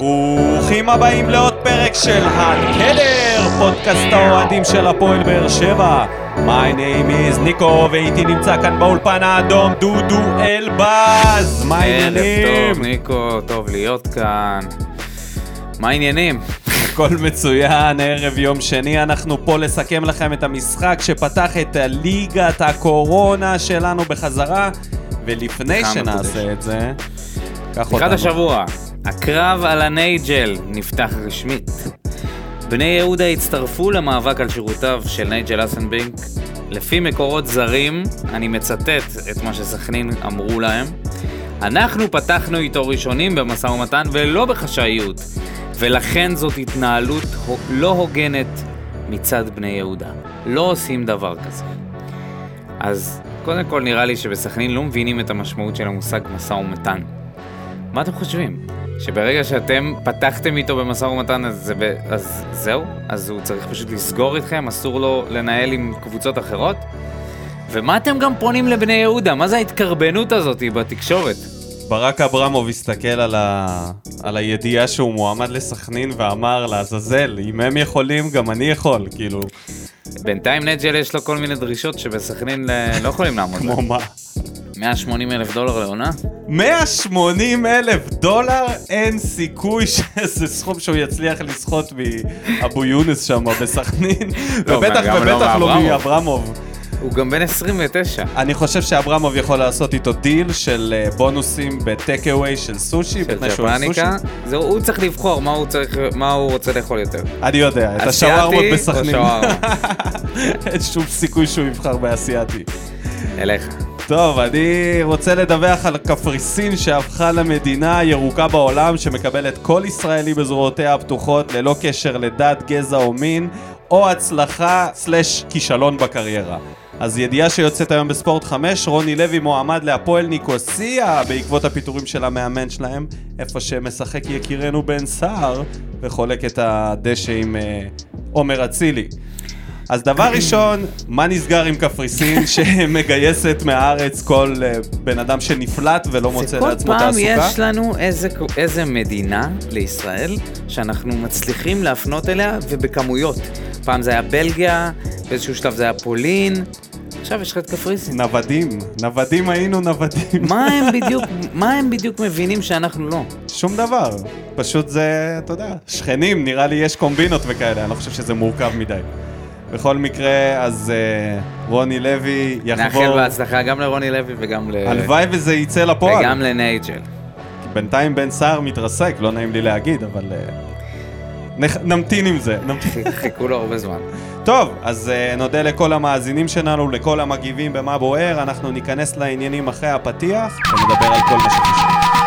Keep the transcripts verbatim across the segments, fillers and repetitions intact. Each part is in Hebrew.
ברוכים הבאים לעוד פרק של התדר, פודקאסט האוהדים של הפועל באר שבע. My name is ניקו, ואיתי נמצא כאן באולפן האדום דודו אלבז. מה העניינים? טוב ניקו, טוב להיות כאן. מה העניינים? הכל מצוין, ערב יום שני אנחנו פה לסכם לכם את המשחק שפתח את ליגת הקורונה שלנו בחזרה, ולפני שנעשה את זה, קח אותנו. אחד השבוע, הקרב על הנייג'ל נפתח רשמית. בני יהודה הצטרפו למאבק על שירותיו של נייג'ל אסנבנק. לפי מקורות זרים, אני מצטט את מה שסכנין אמרו להם, אנחנו פתחנו איתו ראשונים במשא ומתן ולא בחשאיות, ולכן זאת התנהלות לא הוגנת מצד בני יהודה. לא עושים דבר כזה. אז קודם כל נראה לי שבסכנין לא מבינים את המשמעות של המושג משא ומתן. מה אתם חושבים? שברגע שאתם פתחתם איתו במשא ומתן, אז, זה, אז זהו? אז הוא צריך פשוט לסגור איתכם? אסור לו לנהל עם קבוצות אחרות? ומה אתם גם פונים לבני יהודה? מה זה ההתקרבנות הזאת בתקשורת? ברק אברמוב הסתכל על, ה... על הידיעה שהוא מועמד לסכנין ואמר לעזאזל, אם הם יכולים גם אני יכול, כאילו. בינתיים נייג'ל יש לו כל מיני דרישות שבסכנין לא יכולים לעמוד. כמו מה? מאה ושמונים אלף דולר לעונה? מאה ושמונים אלף דולר? אין סיכוי שזה סכום שהוא יצליח לסחוט מאבו יונס שם בסכנין, ובטח ובטח לא מאברמוב. הוא גם בן עשרים ותשע. אני חושב שאברמוב יכול לעשות איתו דיל של בונוסים בטק-אווי של סושי, של ג'פניקה. זהו, הוא צריך לבחור מה הוא, צריך, מה הוא רוצה לאכול יותר. אני יודע, את השווארמות בסכנין. שווארמה. אין שום סיכוי שהוא יבחר באסייתי. אליך. טוב, אני רוצה לדווח על קפריסין שהפכה למדינה הירוקה בעולם שמקבלת כל ישראלי בזרועותיה הפתוחות ללא קשר לדת, גזע או מין, או הצלחה סלש כישלון בקריירה. אז ידיעה שיוצאת היום בספורט חמש, רוני לוי מועמד להפועל ניקוסיה בעקבות הפיטורים של המאמן שלהם, איפה שמשחק יקירנו בן סער וחולק את הדשא עם עומר אצילי. אז דבר ראשון, מה נסגר עם קפריסין שמגייסת מהארץ כל בן אדם שנפלט ולא מוצא לעצמו תעסוקה? כל פעם יש לנו איזה, איזה מדינה לישראל שאנחנו מצליחים להפנות אליה ובכמויות. פעם זה היה בלגיה, באיזשהו שלב זה היה פולין, עכשיו יש לך את קפריסין. נוודים, נוודים היינו נוודים. מה הם בדיוק, מה הם בדיוק מבינים שאנחנו לא? שום דבר, פשוט זה, אתה יודע, שכנים, נראה לי יש קומבינות וכאלה, אני לא חושב שזה מורכב מדי. בכל מקרה, אז uh, רוני לוי יחבור... נאחל בהצלחה גם לרוני לוי וגם ל... הלוואי וזה יצא לפועל. וגם לנייג'ל. בינתיים בן סער מתרסק, לא נעים לי להגיד, אבל... Uh, נח... נמתין עם זה. חיכו לו הרבה זמן. טוב, אז uh, נודה לכל המאזינים שלנו, לכל המגיבים במה בוער, אנחנו ניכנס לעניינים אחרי הפתיח, ונדבר על כל מה שחשוב.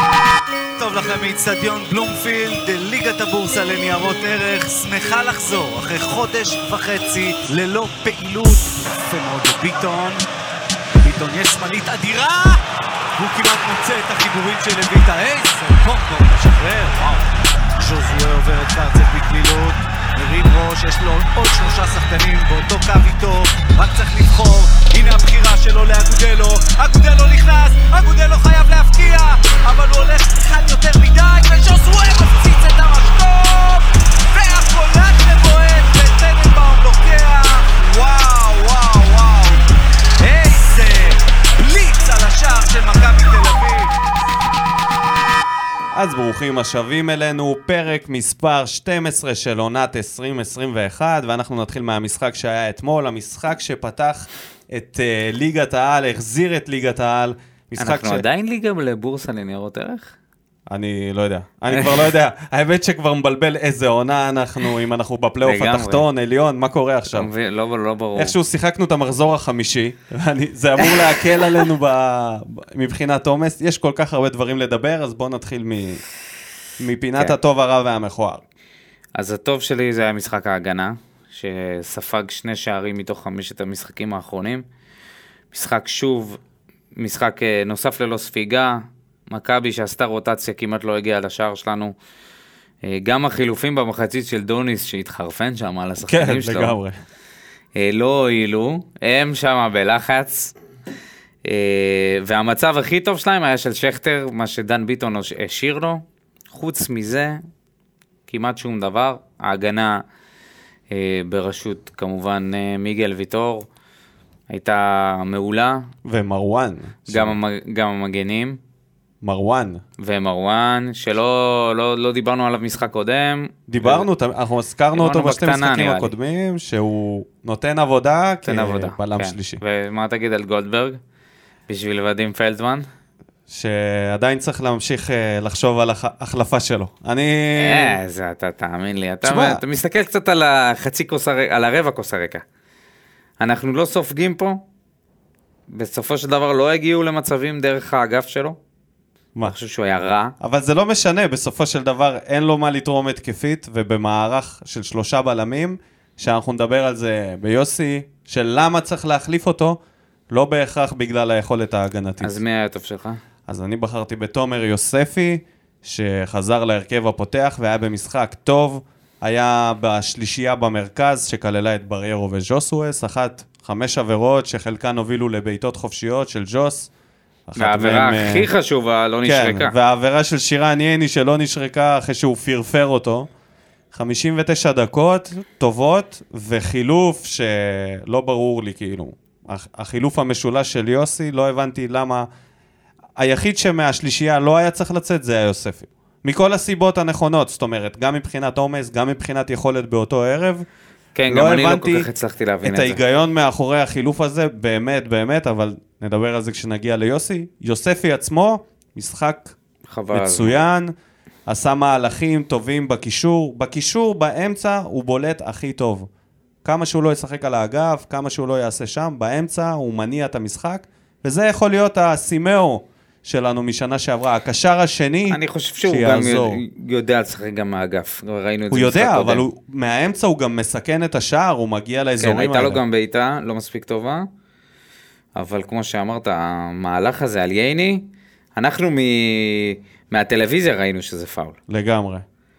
טוב לכם מאצטדיון בלומפילד, ליגת הבורסה לניירות ערך, שמחה לחזור אחרי חודש וחצי ללא פעילות. יפה מאוד לביטון, ביטון יש שמאלית אדירה, הוא כמעט מוצא את החיבורים של לויטה אייס, קונקו משחרר, וואו, ז'וזואה עובר את קרצב בקלילות, מרים ראש, יש לו עוד שלושה שחקנים באותו קו איתו, רק צריך לבחור, הנה הבחירה שלו לאגודלו, אגודלו נכנס, אגודלו חייב להפקיע, אבל הוא הולך קל יותר מדי, וז'וזואה מפציץ את המשקוף, והקולט מבועט, וטננבאום לוקח, וואו וואו וואו, איזה בליץ על השער של מכבי תל אביב. אז ברוכים השבים אלינו, פרק מספר שתים עשרה של עונת עשרים עשרים ואחת, ואנחנו נתחיל מהמשחק שהיה אתמול, המשחק שפתח את uh, ליגת העל, החזיר את ליגת העל. אנחנו ש... עדיין ליגה לבורסה לניירות ערך? אני לא יודע, אני כבר לא יודע, האמת שכבר מבלבל איזה עונה אנחנו, אם אנחנו בפלייאוף התחתון, עליון, מה קורה עכשיו? לא, לא ברור. איכשהו שיחקנו את המחזור החמישי, זה אמור להקל עלינו מבחינת עומס, יש כל כך הרבה דברים לדבר, אז בואו נתחיל מפינת הטוב, הרע והמכוער. אז הטוב שלי זה היה משחק ההגנה, שספג שני שערים מתוך חמשת המשחקים האחרונים, משחק שוב, משחק נוסף ללא ספיגה, מכבי שעשתה רוטציה כמעט לא הגיעה לשער שלנו, גם החילופים במחצית של דוניס שהתחרפן שם על השחקנים שלו. כן, לגמרי. לא הועילו, הם שם בלחץ, והמצב הכי טוב שלהם היה של שכטר, מה שדן ביטון השאיר לו, חוץ מזה, כמעט שום דבר. ההגנה אה, בראשות, כמובן, אה, מיגל ויטור, הייתה מעולה. ומרואן. גם, המג, גם המגנים. מרואן. ומרואן, שלא לא, לא דיברנו עליו משחק קודם. דיברנו, ו... אנחנו הזכרנו אותו בשתי משחקים הקודמים, שהוא נותן עבודה כבלם כן. שלישי. ומה תגיד על גולדברג? בשביל ודים פלדמן? שעדיין צריך להמשיך לחשוב על ההחלפה שלו. אני... אה, זה אתה, תאמין לי. אתה, אתה מסתכל קצת על החצי כוס הרקע, על הרבע כוס הרקע. אנחנו לא סופגים פה, בסופו של דבר לא הגיעו למצבים דרך האגף שלו. מה? אני חושב שהוא היה רע. אבל זה לא משנה, בסופו של דבר אין לו מה לתרום התקפית, ובמערך של שלושה בלמים, שאנחנו נדבר על זה ביוסי, של למה צריך להחליף אותו, לא בהכרח בגלל היכולת ההגנתית. אז מי היה טוב שלך? אז אני בחרתי בתומר יוספי, שחזר להרכב הפותח, והיה במשחק טוב, היה בשלישייה במרכז, שכללה את בריירו וג'וסואס, אחת חמש עבירות, שחלקן הובילו לביתות חופשיות של ג'וס, והעבירה הכי חשובה לא נשרקה. כן, והעבירה של שירן ייני שלא נשרקה אחרי שהוא פרפר אותו. חמישים ותשע דקות טובות, וחילוף שלא ברור לי, כאילו. החילוף המשולש של יוסי, לא הבנתי למה... היחיד שמהשלישייה לא היה צריך לצאת, זה היה יוספי. מכל הסיבות הנכונות, זאת אומרת, גם מבחינת עומס, גם מבחינת יכולת באותו ערב. כן, גם אני לא כל כך הצלחתי להבין את זה. את ההיגיון מאחורי החילוף הזה, באמת, באמת, אבל נדבר על זה כשנגיע ליוסי. יוספי עצמו, משחק מצוין, עשה מהלכים טובים בקישור. בקישור, באמצע, הוא בולט הכי טוב. כמה שהוא לא ישחק על האגף, כמה שהוא לא יעשה שם, באמצע הוא מניע את המשחק, וזה יכול להיות הסימאו שלנו משנה שעברה. הקשר השני, אני חושב שהוא שיעזור. גם יודע לשחק גם מהאגף. ראינו את הוא זה יודע, אבל הוא, מהאמצע הוא גם מסכן את השער, הוא מגיע לאזורים האלה. כן, הייתה לו גם בעיטה, לא מספיק טובה, אבל כמו שאמרת, המהלך הזה על ייני, אנחנו מ... מהטלוויזיה ראינו שזה פאול. לגמרי.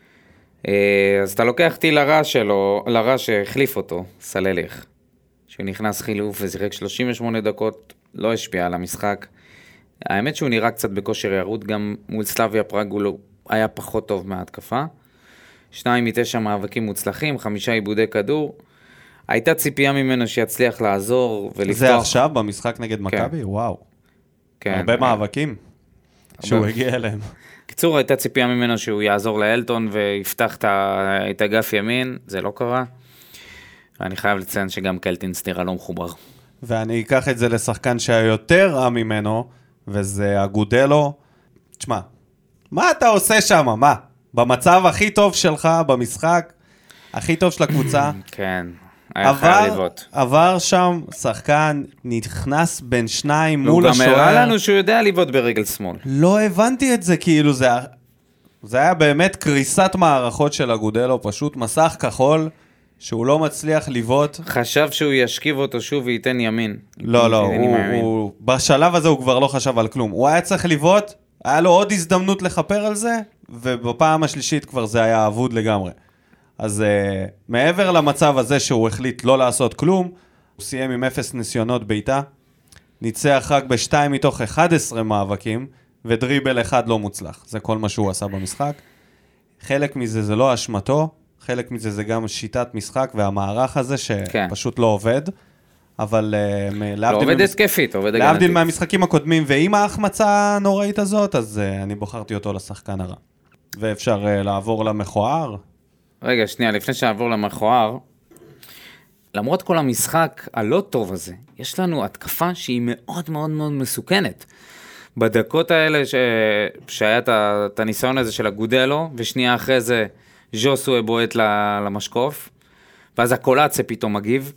אז אתה לוקח אותי לרע שלו, לרע שהחליף אותו, סלליך, שהוא נכנס חילוף ושיחק שלושים ושמונה דקות, לא השפיע על המשחק. האמת שהוא נראה קצת בכושר ירוד, גם מול סלאביה פראג הוא לא, היה פחות טוב מההתקפה. שניים מתשע מאבקים מוצלחים, חמישה עיבודי כדור. הייתה ציפייה ממנו שיצליח לעזור ולפתוח. זה עכשיו במשחק נגד מכבי? כן. וואו. כן. הרבה מאבקים הרבה... שהוא הגיע אליהם. קיצור, הייתה ציפייה ממנו שהוא יעזור לאלטון ויפתח את אגף ימין, זה לא קרה. ואני חייב לציין שגם קלטינס נראה לא מחובר. ואני אקח את זה לשחקן שהיה יותר רע ממנו, וזה אגודלו. תשמע, מה אתה עושה שם? מה? במצב הכי טוב שלך, במשחק, הכי טוב של הקבוצה. כן, היה חייב לבעוט. עבר שם שחקן, נכנס בין שניים מול השוער. הוא גם הראה לנו שהוא יודע לבעוט ברגל שמאל. לא הבנתי את זה, כאילו זה, זה היה באמת קריסת מערכות של אגודלו, פשוט מסך כחול, שהוא לא מצליח לבעוט. חשב שהוא ישכיב אותו שוב וייתן ימין. לא, לא, הוא, הוא, בשלב הזה הוא כבר לא חשב על כלום. הוא היה צריך לבעוט, היה לו עוד הזדמנות לחפר על זה, ובפעם השלישית כבר זה היה אבוד לגמרי. אז uh, מעבר למצב הזה שהוא החליט לא לעשות כלום, הוא סיים עם אפס ניסיונות ביתה, ניצח רק בשתיים מתוך אחד עשר מאבקים, ודריבל אחד לא מוצלח. זה כל מה שהוא עשה במשחק. חלק מזה זה לא אשמתו, חלק מזה זה גם שיטת משחק והמערך הזה שפשוט לא עובד, אבל uh, לא עובד התקפית, עובד הגנתית. להבדיל מהמשחקים הקודמים, ועם ההחמצה הנוראית הזאת, אז uh, אני בוחרתי אותו לשחקן הרע. ואפשר uh, לעבור למכוער. רגע, שנייה, לפני שנעבור למכוער, למרות כל המשחק הלא טוב הזה, יש לנו התקפה שהיא מאוד מאוד מאוד מסוכנת. בדקות האלה ש... שהיה את הניסיון הזה של אגודלו, ושנייה אחרי זה ז'וסואה בועט למשקוף, ואז הקולאצה פתאום מגיב,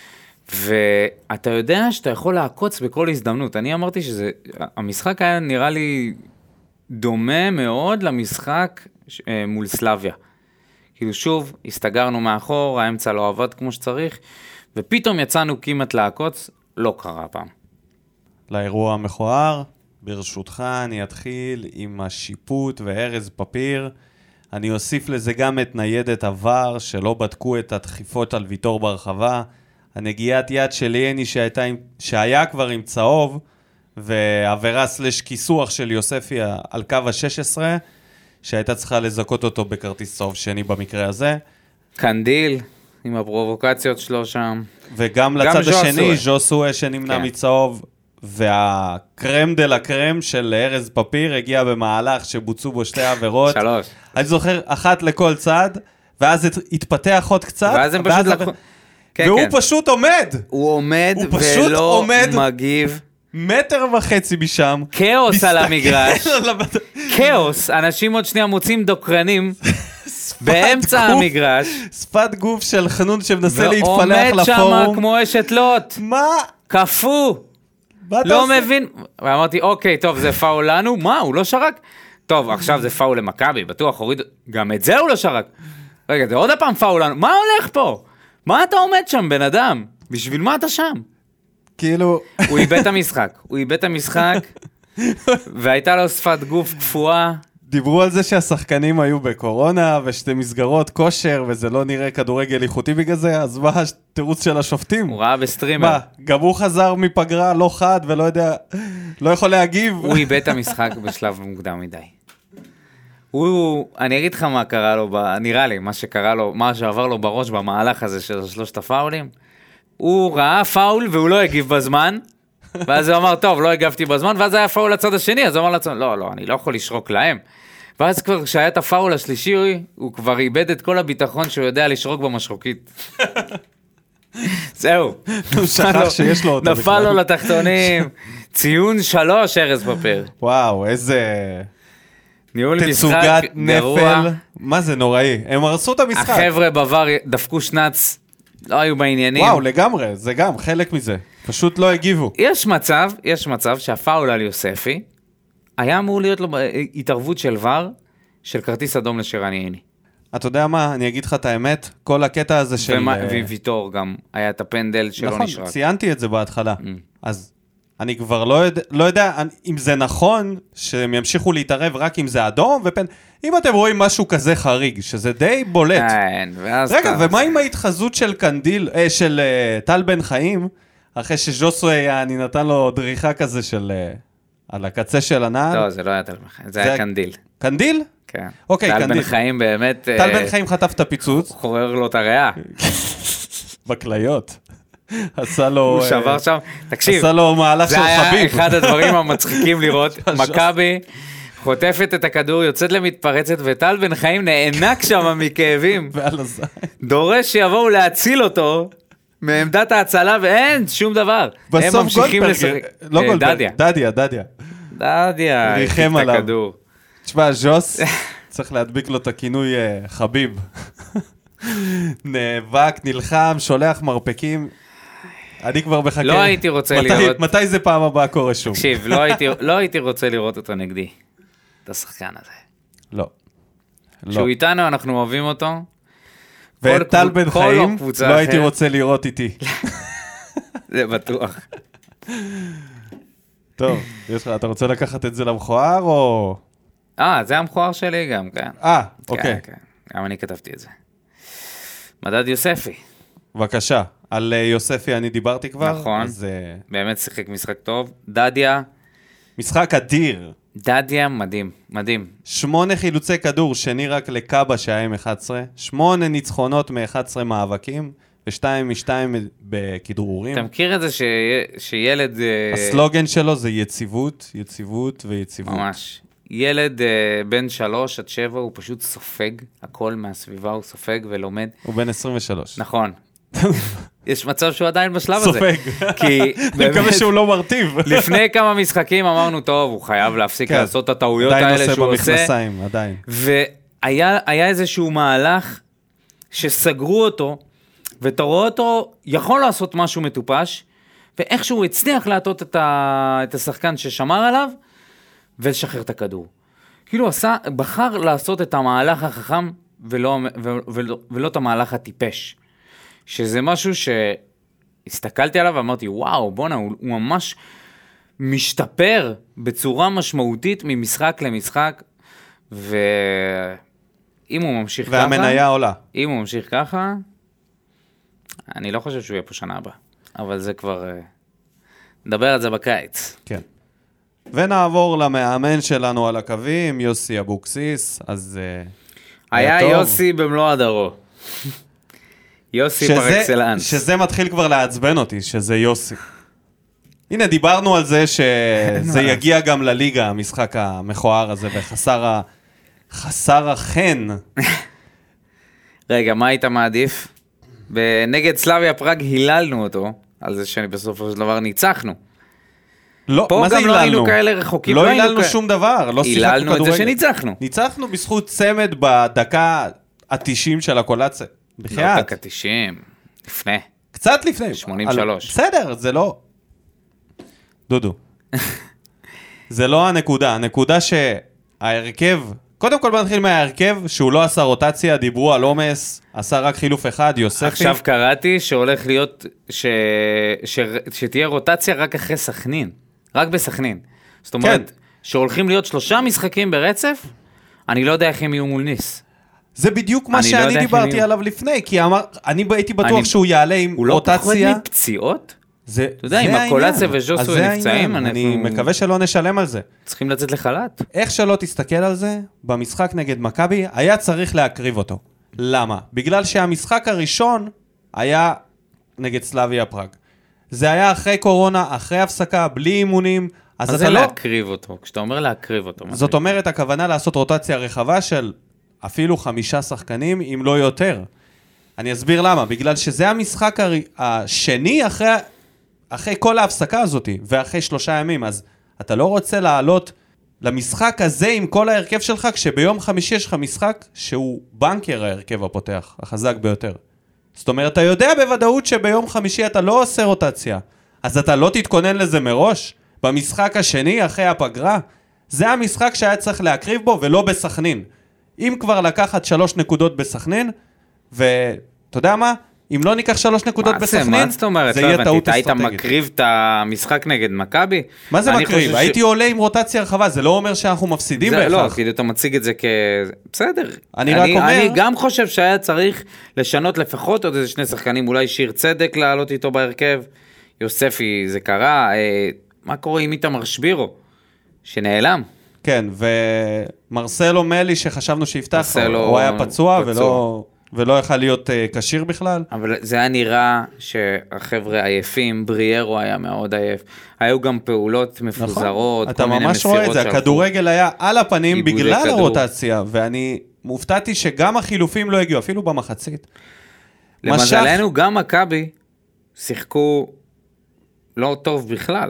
ואתה יודע שאתה יכול לעקוץ בכל הזדמנות. אני אמרתי שזה, המשחק היה נראה לי דומה מאוד למשחק מול סלאביה. כאילו שוב, הסתגרנו מאחור, האמצע לא עבד כמו שצריך, ופתאום יצאנו כמעט לעקוץ, לא קרה פעם. לאירוע המכוער, ברשותך אני אתחיל עם השיפוט והרז פפיר. אני אוסיף לזה גם את ניידת עבר, שלא בדקו את הדחיפות על ויתור ברחבה. הנגיעת יד של ייני שהייתה, שהיה כבר עם צהוב, ועבירה סלש כיסוח של יוספי על קו ה-שש עשרה, שהייתה צריכה לזכות אותו בכרטיס צהוב שני במקרה הזה. קנדיל, עם הפרובוקציות שלו שם. וגם לצד השני, ז'וסואה שנמנע כן. מצהוב, והקרם דה לקרם של ארז פפיר הגיע במהלך שבוצעו בו שתי עבירות. שלוש. אני זוכר, אחת לכל צד, ואז התפתח עוד קצת. ואז הם פשוט לקחו... כן, והוא כן. פשוט עומד. הוא עומד הוא פשוט ולא עומד. מגיב. מטר וחצי משם. כאוס על המגרש. על הבת- כאוס. אנשים עוד שנייה מוצאים דוקרנים באמצע גוף. המגרש. שפת גוף של חנון שמנסה להתפלח ועומד שם לפורום. כמו אשת לוט. מה? קפוא. מה אתה לא עושה? מבין. ואמרתי, אוקיי, טוב, זה פאול לנו. מה, הוא לא שרק? טוב, עכשיו זה פאול למכבי, בטוח, הוריד... גם את זה הוא לא שרק. רגע, זה עוד הפעם פאול לנו. מה הולך פה? מה אתה עומד שם, בן אדם? בשביל מה אתה שם? כאילו... הוא איבד את המשחק. הוא איבד את המשחק, והייתה לו שפת גוף קפואה. דיברו על זה שהשחקנים היו בקורונה, ושתי מסגרות כושר, וזה לא נראה כדורגל איכותי בגלל זה, אז מה התירוץ של השופטים? הוא ראה בסטרימר. מה, גם הוא חזר מפגרה לא חד, ולא יודע, לא יכול להגיב. הוא איבד את המשחק בשלב מוקדם מדי. הוא, אני אגיד לך מה קרה לו, ב, נראה לי, מה שקרה לו, מה שעבר לו בראש במהלך הזה של שלושת הפאולים, הוא ראה פאול והוא לא הגיב בזמן, ואז הוא אמר, טוב, לא הגבתי בזמן, ואז היה פאול לצד השני, אז הוא אמר לעצמו, לא, לא, אני לא יכול לשרוק להם. ואז כבר כשהיה את הפאול השלישי, הוא כבר איבד את כל הביטחון שהוא יודע לשרוק במשרוקית. זהו. הוא שכח שיש לו אותה. נפל לו לתחתונים. ציון שלוש, ארז פפיר. וואו, איזה ניהול משחק תצוגת גרוע. נפל. מה זה נוראי? הם הרסו את המשחק. החבר'ה בבר דפקו שנץ, לא היו בעניינים. וואו, לגמרי, זה גם חלק מזה. פשוט לא הגיבו. יש מצב, יש מצב שהפאול על יוספי, היה אמור להיות לו התערבות של ור, של כרטיס אדום לשרן ייני. אתה יודע מה, אני אגיד לך את האמת, כל הקטע הזה של... ומה- וויטור גם, היה את הפנדל שלא נכון, נשרק. ציינתי את זה בהתחלה. אז אני כבר לא יודע, לא יודע אני- אם זה נכון שהם ימשיכו להתערב רק אם זה אדום ופן... אם אתם רואים משהו כזה חריג, שזה די בולט. אין, ואז... רגע, אתה- ומה עם ההתחזות של קנדיל, אה, של אה, טל בן חיים, אחרי שז'וסואה, אני נתן לו דריכה כזה של... אה, על הקצה של הנעל? לא, זה לא היה טל בן חיים, זה היה קנדיל. קנדיל? כן. אוקיי, טל קנדיל. בן חיים באמת... טל אה, בן חיים חטף את הפיצוץ חורר לו את הריאה. בכליות. עשה לו... הוא אה, שבר שם, תקשיב, עשה לו מהלך של זה היה חביב. אחד הדברים המצחיקים לראות, מכבי חוטפת את הכדור, יוצאת למתפרצת, וטל בן חיים נענק שם מכאבים, ועל הזין. דורש שיבואו להציל אותו מעמדת ההצלה, ואין שום דבר. הם בסוף ממשיכים גולדברג, לשחק. לא אה, גולדברג, דדיה. דדיה, דדיה. דדיה, ריחם הקיף את עליו. הכדור. תשמע, ז'וס, צריך להדביק לו את הכינוי אה, חביב. נאבק, נלחם, שולח מרפקים. אני כבר מחכה. לא הייתי רוצה מתי- לראות- מתי זה פעם הבאה קורה שוב? תקשיב, לא הייתי- לא הייתי רוצה לראות אותו נגדי, את השחקן הזה. לא. לא. כשהוא איתנו, אנחנו אוהבים אותו. ואת כל טל קבוצ- בן כל חיים, קבוצה לא הייתי אחרת. רוצה לראות איתי. זה בטוח. טוב, יש לך, אתה רוצה לקחת את זה למכוער או... אה, זה המכוער שלי גם, כן. אה, כן, אוקיי. כן. גם אני כתבתי את זה. מדד יוספי, בבקשה. על אה, יוספי אני דיברתי כבר. נכון. אז אה, באמת שיחק משחק טוב. דדיה, משחק אדיר. דדיה מדהים, מדהים. שמונה חילוצי כדור, שני רק לקאבה שהיה עם אחת עשרה. שמונה ניצחונות מ-אחד עשר מאבקים, ושתיים משתיים בכדרורים. אתה מכיר את זה ש... שילד... אה, הסלוגן שלו זה יציבות, יציבות ויציבות. ממש. ילד אה, בן שלוש עד שבע, הוא פשוט סופג הכל מהסביבה, הוא סופג ולומד. הוא בן עשרים ושלוש. נכון. יש מצב שהוא עדיין בשלב הזה. סופג. כי אני מקווה באמת, שהוא לא מרטיב. לפני כמה משחקים אמרנו, טוב, הוא חייב להפסיק כן. לעשות את הטעויות עדיין האלה עושה שהוא עושה. במכנסיים, עדיין. והיה היה איזשהו מהלך שסגרו אותו, ואתה רואה אותו יכול לעשות משהו מטופש, ואיכשהו הוא הצליח להטות את, ה... את השחקן ששמר עליו, ולשחרר את הכדור. כאילו עשה, בחר לעשות את המהלך החכם, ולא, ולא, ולא, ולא את המהלך הטיפש. שזה משהו שהסתכלתי עליו ואמרתי, וואו, בונה, הוא, הוא ממש משתפר בצורה משמעותית ממשחק למשחק, ואם הוא ממשיך ככה... והמניה עולה. אם הוא ממשיך ככה, אני לא חושב שהוא יהיה פה שנה הבאה, אבל זה כבר... נדבר על זה בקיץ. כן. ונעבור למאמן שלנו על הקווים, יוסי אבוקסיס, אז... היה יוסי במלוא הדרו. יוסי פר אקסלנס. שזה מתחיל כבר לעצבן אותי, שזה יוסי. הנה, דיברנו על זה שזה יגיע גם לליגה, המשחק המכוער הזה, וחסר ה... חסר החן. רגע, מה היית מעדיף? בנגד סלאביה פראג היללנו אותו, על זה שבסופו של דבר ניצחנו. לא, פה מה זה גם היללנו? לא היינו כאלה רחוקים. לא היללנו שום דבר, לא שיחקנו כדורגל. היללנו את זה שניצחנו. ניצחנו בזכות צמד בדקה ה-תשעים של הקולציה. בחייאת. לא דקה תשעים, לפני. קצת לפני. שמונים ושלוש. בסדר, זה לא... דודו. זה לא הנקודה. הנקודה שההרכב... קודם כל בוא נתחיל מההרכב, שהוא לא עשה רוטציה, דיברו על אומס, עשה רק חילוף אחד, יוספי. עכשיו קראתי שהולך להיות, ש... ש... שתהיה רוטציה רק אחרי סכנין. רק בסכנין. זאת אומרת, כן. שהולכים להיות שלושה משחקים ברצף, אני לא יודע איך הם יהיו מול ניס. זה בדיוק מה שאני לא דיברתי עליו לפני, כי אמר, אני הייתי בטוח אני... שהוא יעלה עם הוא רוטציה. הוא לא פחות מפציעות? זה, אתה יודע, עם הקולציה וז'וסו נפצעים, אני מקווה שלא נשלם על זה. צריכים לצאת לחל"ת. איך שלא תסתכל על זה, במשחק נגד מכבי, היה צריך להקריב אותו. למה? בגלל שהמשחק הראשון היה נגד סלאביה פראג. זה היה אחרי קורונה, אחרי הפסקה, בלי אימונים. אז זה לא... להקריב אותו, כשאתה אומר להקריב אותו. זאת אומרת, הכוונה לעשות רוטציה רחבה של אפילו חמישה שחקנים, אם לא יותר. אני אסביר למה. בגלל שזה המשחק השני אחרי... אחרי כל ההפסקה הזאת, ואחרי שלושה ימים, אז אתה לא רוצה לעלות למשחק הזה עם כל ההרכב שלך, כשביום חמישי יש לך משחק שהוא בנקר ההרכב הפותח, החזק ביותר. זאת אומרת, אתה יודע בוודאות שביום חמישי אתה לא עושה רוטציה, אז אתה לא תתכונן לזה מראש, במשחק השני, אחרי הפגרה, זה המשחק שהיה צריך להקריב בו, ולא בסכנין. אם כבר לקחת שלוש נקודות בסכנין, ואתה יודע מה? אם לא ניקח שלוש נקודות בסכנין, זה יהיה טעות אסטרטגית. היית מקריב את המשחק נגד מכבי? מה זה מקריב? הייתי עולה עם רוטציה רחבה, זה לא אומר שאנחנו מפסידים בהכרח. לא, כאילו אתה מציג את זה כ... בסדר. אני רק אומר... אני גם חושב שהיה צריך לשנות לפחות עוד איזה שני שחקנים, אולי שיר צדק לעלות איתו בהרכב, יוספי זה קרה, מה קורה עם איתמר שבירו? שנעלם. כן, ומרסלו מלי שחשבנו שיפתח, הוא היה פצוע ולא... ולא יכל להיות uh, קשיר בכלל. אבל זה היה נראה שהחבר'ה עייפים, בריארו היה מאוד עייף, היו גם פעולות מפוזרות, נכון, אתה ממש רואה את זה, הכדורגל היה על הפנים בגלל כדור. הרוטציה, ואני מופתעתי שגם החילופים לא הגיעו, אפילו במחצית. למזלנו משך... גם מכבי שיחקו לא טוב בכלל,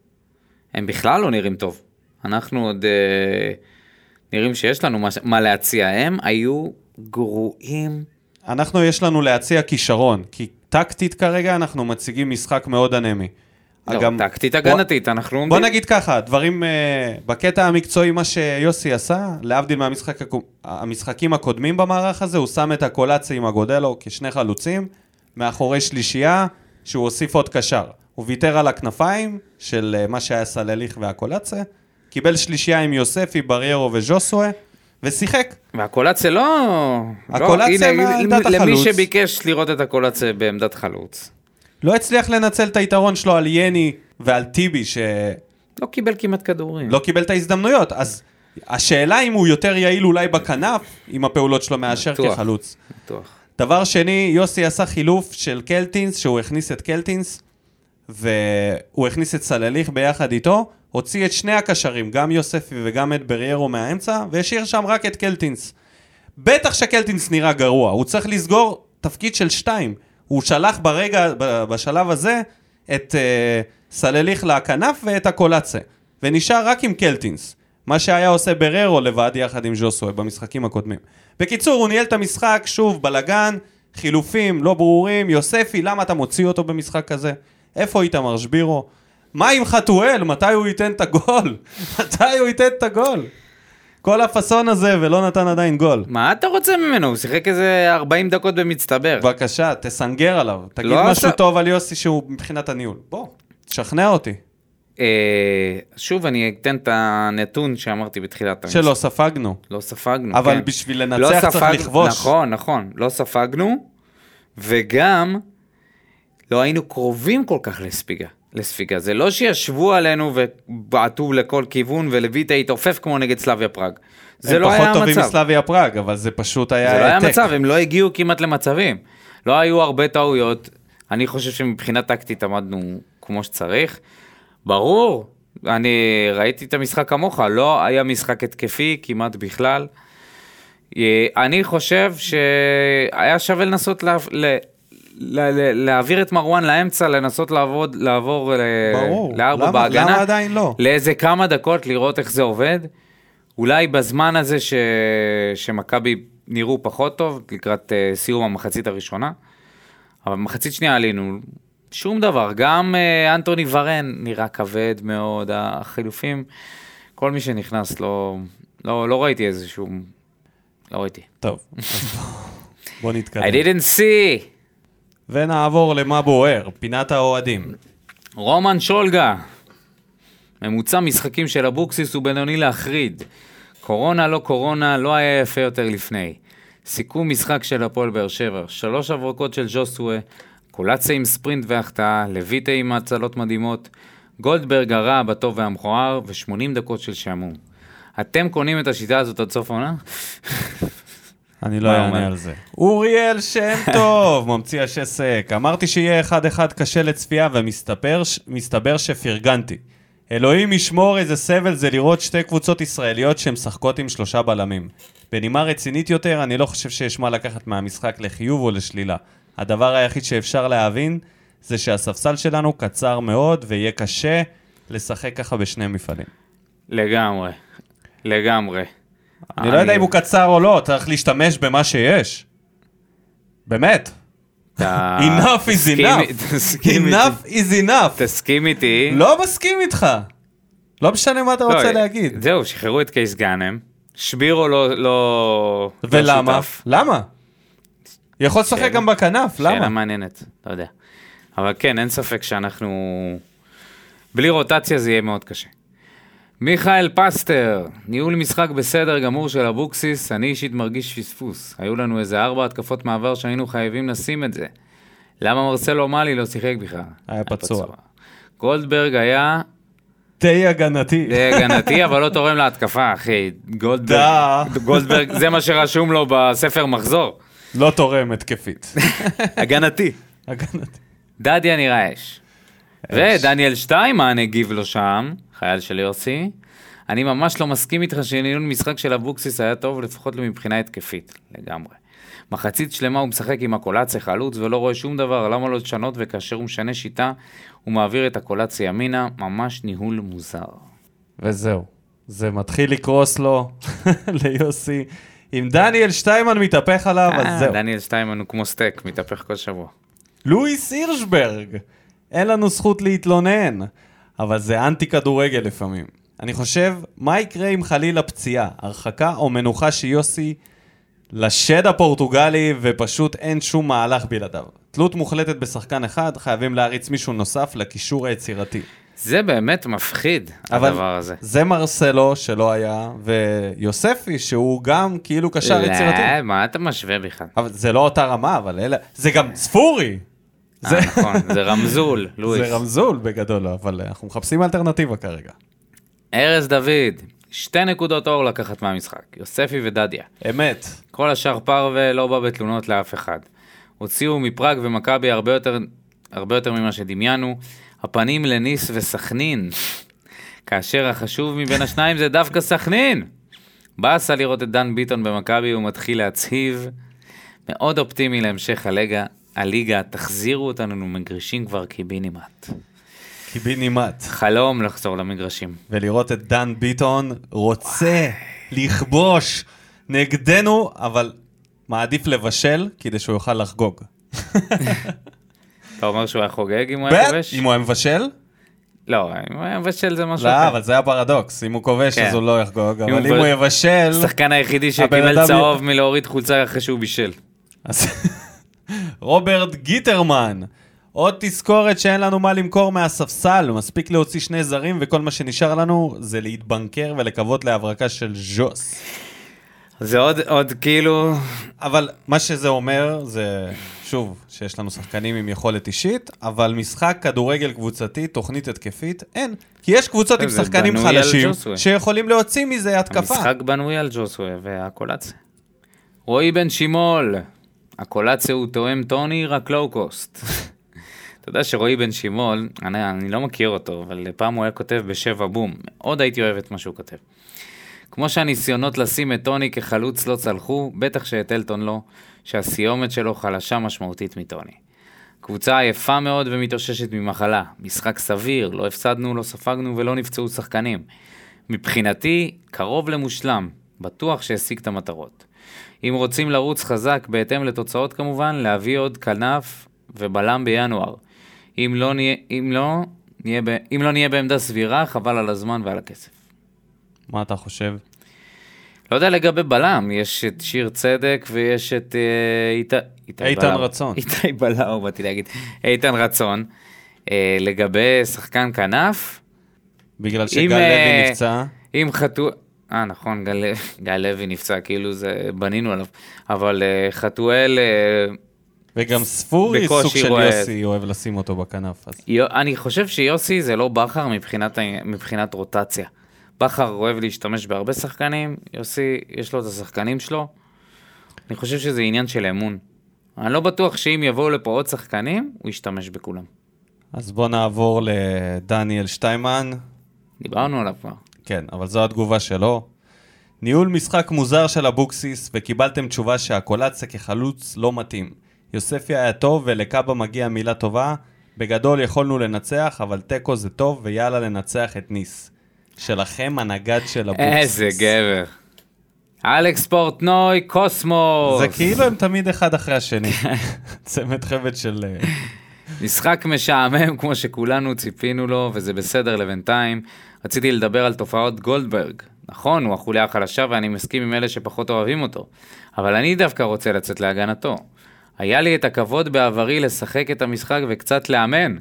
הם בכלל לא נראים טוב, אנחנו עוד uh, נראים שיש לנו מה, מה להציע, הם היו גרועים. אנחנו יש לנו להציע כישרון, כי טקטית כרגע אנחנו מציגים משחק מאוד אנמי. לא, גם... טקטית הגנתית, בוא, אנחנו... בוא נגיד ככה, דברים, uh, בקטע המקצועי, מה שיוסי עשה, להבדיל מהמשחק, המשחקים הקודמים במערך הזה, הוא שם את הקולציה עם הגודלו כשני חלוצים, מאחורי שלישייה, שהוא הוסיף עוד קשר. הוא ויתר על הכנפיים של uh, מה שהיה סלליך והקולציה, קיבל שלישייה עם יוספי, בריירו וז'וסואה, ושיחק. והקולציה לא... הקולציה לא, מעמדת החלוץ. למי שביקש לראות את הקולציה בעמדת חלוץ. לא הצליח לנצל את היתרון שלו על יני ועל טיבי, ש... לא קיבל כמעט כדורים. לא קיבל את ההזדמנויות. אז השאלה אם הוא יותר יעיל אולי בכנף, עם הפעולות שלו מאשר בטוח, כחלוץ. בטוח. דבר שני, יוסי עשה חילוף של קלטינס, שהוא הכניס את קלטינס, והוא הכניס את סלליך ביחד איתו, הוציא את שני הקשרים, גם יוספי וגם את בריירו מהאמצע, והשאיר שם רק את קלטינס. בטח שקלטינס נראה גרוע, הוא צריך לסגור תפקיד של שתיים. הוא שלח ברגע, בשלב הזה, את uh, סלליך לכנף ואת הקולצה, ונשאר רק עם קלטינס, מה שהיה עושה בריירו לבד יחד עם ז'וסואה במשחקים הקודמים. בקיצור, הוא ניהל את המשחק, שוב, בלגן, חילופים, לא ברורים, יוספי, למה אתה מוציא אותו במשחק כזה? איפה איתמר שבירו? מה עם חתואל? מתי הוא ייתן את הגול? מתי הוא ייתן את הגול? כל הפסון הזה ולא נתן עדיין גול. מה אתה רוצה ממנו? הוא שיחק איזה ארבעים דקות במצטבר. בבקשה, תסנגר עליו. תגיד משהו טוב על יוסי שהוא מבחינת הניהול. בוא, תשכנע אותי. שוב, אני אתן את הנתון שאמרתי בתחילת המשחק. שלא ספגנו. לא ספגנו, אבל כן. בשביל לנצח צריך לכבוש. נכון, נכון. לא ספגנו, וגם לא היינו קרובים כל כך לספיגה. לספיגה. זה לא שישבו עלינו ובעטו לכל כיוון ולויטה התעופף כמו נגד סלאביה פראג. זה לא היה המצב. הם פחות טובים מסלאביה פראג, אבל זה פשוט היה העתק. זה לא היה העתק. מצב, הם לא הגיעו כמעט למצבים. לא היו הרבה טעויות. אני חושב שמבחינה טקטית עמדנו כמו שצריך. ברור, אני ראיתי את המשחק כמוך, לא היה משחק התקפי כמעט בכלל. אני חושב שהיה שווה לנסות לה, לה, לה, להעביר את מרואן לאמצע, לנסות לעבוד, לעבור ברור. לארבע למה, בהגנה. למה עדיין לא? לאיזה כמה דקות לראות איך זה עובד. אולי בזמן הזה ש... שמכבי נראו פחות טוב, לקראת uh, סיום המחצית הראשונה, אבל במחצית שנייה עלינו שום דבר. גם uh, אנטוני ורן נראה כבד מאוד, החילופים, כל מי שנכנס לא, לא, לא ראיתי איזשהו... לא ראיתי. טוב, בוא נתקדם. I didn't see. ונעבור למה בוער, פינת האוהדים. רומן שולגה. ממוצע משחקים של אבוקסיס הוא בינוני להחריד. קורונה לא קורונה, לא היה יפה יותר לפני. סיכום משחק של הפועל באר שבע. שלוש הברקות של ג'וסווה, קולציה עם ספרינט והחטאה, לויטה עם הצלות מדהימות, גולדברג הרע בטוב והמכוער, ו-שמונים דקות של שעמום. אתם קונים את השיטה הזאת עד סוף העונה? אני לא אענה על זה. אוריאל שם טוב, ממציא השסק. אמרתי שיהיה אחד אחד קשה לצפייה, ומסתבר שפרגנתי. אלוהים ישמור, איזה סבל זה לראות שתי קבוצות ישראליות שמשחקות עם שלושה בלמים. בנימה רצינית יותר, אני לא חושב שיש מה לקחת מהמשחק לחיוב או לשלילה. הדבר היחיד שאפשר להבין זה שהספסל שלנו קצר מאוד ויהיה קשה לשחק ככה בשני מפעלים. לגמרי, לגמרי. אני, אני... לא יודע אם הוא קצר או לא, צריך להשתמש במה שיש. באמת. enough is enough. enough is enough. תסכים איתי. לא מסכים איתך. לא משנה מה אתה רוצה להגיד. זהו, שחררו את קייס גאנם. שבירו לא... ולמה? למה? יכול לשחק גם בכנף, למה? שאלה מעניינת, לא יודע. אבל כן, אין ספק שאנחנו... בלי רוטציה זה יהיה מאוד קשה. מיכאל פסטר, ניהול משחק בסדר גמור של אבוקסיס, אני אישית מרגיש פספוס. היו לנו איזה ארבע התקפות מעבר שהיינו חייבים לשים את זה. למה מרסלו מאלי לא שיחק בכלל? היה פצוע. גולדברג היה... די הגנתי. די הגנתי, אבל לא תורם להתקפה, אחי. גולדברג, גולדברג, זה מה שרשום לו בספר מחזור. לא תורם התקפית. הגנתי. הגנתי. דדיה נראה אש. ודניאל שטיימן הגיב לו שם, חייל של יוסי. אני ממש לא מסכים איתך שניהול משחק של אבוקסיס היה טוב, לפחות מבחינה התקפית, לגמרי. מחצית שלמה הוא משחק עם הקולציה חלוץ ולא רואה שום דבר, למה לא לשנות, וכאשר הוא משנה שיטה, הוא מעביר את הקולציה ימינה, ממש ניהול מוזר. וזהו, זה מתחיל לקרוס לו, ליוסי. אם דניאל שטיימן מתהפך עליו, אז זהו. דניאל שטיימן הוא כמו סטייק, מתהפך כל שבוע. לואיס הירשברג, אין לנו זכות להתלונן, אבל זה אנטי כדורגל לפעמים. אני חושב, מה יקרה אם חלילה פציעה, הרחקה או מנוחה שיוסי לשד הפורטוגלי ופשוט אין שום מהלך בלעדיו. תלות מוחלטת בשחקן אחד, חייבים להריץ מישהו נוסף לקישור היצירתי. זה באמת מפחיד, הדבר הזה. זה מרסלו שלא היה, ויוספי שהוא גם כאילו קשר יצירתי. לא, מה אתה משווה בכלל? אבל זה לא אותה רמה, אבל אלה... זה גם צפורי! אה, נכון, זה רמזול, לואיס. זה רמזול בגדול, אבל אנחנו מחפשים אלטרנטיבה כרגע. ארז דוד, שתי נקודות אור לקחת מהמשחק, יוספי ודדיה. אמת. כל השאר פרווה לא בא בתלונות לאף אחד. הוציאו מפראג ומכבי הרבה יותר, הרבה יותר ממה שדמיינו, הפנים לניס וסכנין, כאשר החשוב מבין השניים זה דווקא סכנין. באסה לראות את דן ביטון במכבי, הוא מתחיל להצהיב, מאוד אופטימי להמשך הליגה, הליגה, תחזירו אותנו למגרשים כבר קיבינימט. קיבינימט. חלום לחזור למגרשים. ולראות את דן ביטון רוצה לכבוש נגדנו, אבל מעדיף לבשל כדי שהוא יוכל לחגוג. אתה אומר שהוא היה חוגג אם הוא היה כובש? אם הוא היה מבשל? לא, אם הוא היה מבשל זה משהו לא, אחר. אבל זה היה פרדוקס. אם הוא כובש אז הוא לא יחגוג, אבל אם הוא יבשל... השחקן היחידי שקיבל צהוב מלהוריד חולצה אחרי שהוא בישל. רוברט גיטרמן. עוד תזכורת שאין לנו מה למכור מהספסל, מספיק להוציא שני זרים וכל מה שנשאר לנו זה להתבנקר ולקוות להברקה של ז'וס. זה עוד, עוד כאילו... אבל מה שזה אומר זה, שוב, שיש לנו שחקנים עם יכולת אישית, אבל משחק כדורגל קבוצתי, תוכנית התקפית, אין. כי יש קבוצות עם שחקנים חלשים שיכולים להוציא מזה התקפה. המשחק בנוי על ג'וסווה והקולציה. רועי בן שימול, הקולציה הוא תואם טוני, רק לואו קוסט. אתה יודע שרועי בן שימול, אני, אני לא מכיר אותו, אבל פעם הוא היה כותב בשבע בום. מאוד הייתי אוהב את מה שהוא כותב. כמו שהניסיונות לשים את טוני כחלוץ לא צלחו, בטח שאת אלטון לא, שהסיומת שלו חלשה משמעותית מטוני. קבוצה עייפה מאוד ומתאוששת ממחלה. משחק סביר, לא הפסדנו, לא ספגנו ולא נפצעו שחקנים. מבחינתי, קרוב למושלם, בטוח שהשיג את המטרות. אם רוצים לרוץ חזק בהתאם לתוצאות כמובן, להביא עוד כנף ובלם בינואר. אם לא נהיה, אם לא, נהיה, ב, אם לא נהיה בעמדה סבירה, חבל על הזמן ועל הכסף. מה אתה חושב? לא יודע לגבי בלם, יש את שיר צדק ויש את אה, איתי, איתי איתן בלם. רצון. איתי בלם, באתי להגיד. איתן רצון. אה, לגבי שחקן כנף. בגלל שגל לוי נפצע. אם חתו... אה, נכון, גל, גל לוי נפצע, כאילו זה, בנינו עליו. אבל אה, חתואל... אה, וגם ספורי סוג של יוסי אוהב לשים אותו בכנף. אז. יו, אני חושב שיוסי זה לא בחר מבחינת, מבחינת רוטציה. בחר אוהב להשתמש בהרבה שחקנים, יוסי, יש לו את השחקנים שלו. אני חושב שזה עניין של אמון. אני לא בטוח שאם יבואו לפה עוד שחקנים, הוא ישתמש בכולם. אז בוא נעבור לדניאל שטיימן. דיברנו עליו כבר. כן, אבל זו התגובה שלו. ניהול משחק מוזר של אבוקסיס, וקיבלתם תשובה שהקולציה כחלוץ לא מתאים. יוספי היה טוב ולקאבה מגיע מילה טובה. בגדול יכולנו לנצח, אבל טקו זה טוב ויאללה לנצח את ניס. שלכם הנגד של אבוקסיס. איזה גבר. אלכס פורטנוי, קוסמוס. זה כאילו הם תמיד אחד אחרי השני. צמד חבד של... משחק משעמם כמו שכולנו ציפינו לו, וזה בסדר לבינתיים. רציתי לדבר על תופעות גולדברג. נכון, הוא החוליה החלשה ואני מסכים עם אלה שפחות אוהבים אותו. אבל אני דווקא רוצה לצאת להגנתו. היה לי את הכבוד בעברי לשחק את המשחק וקצת לאמן.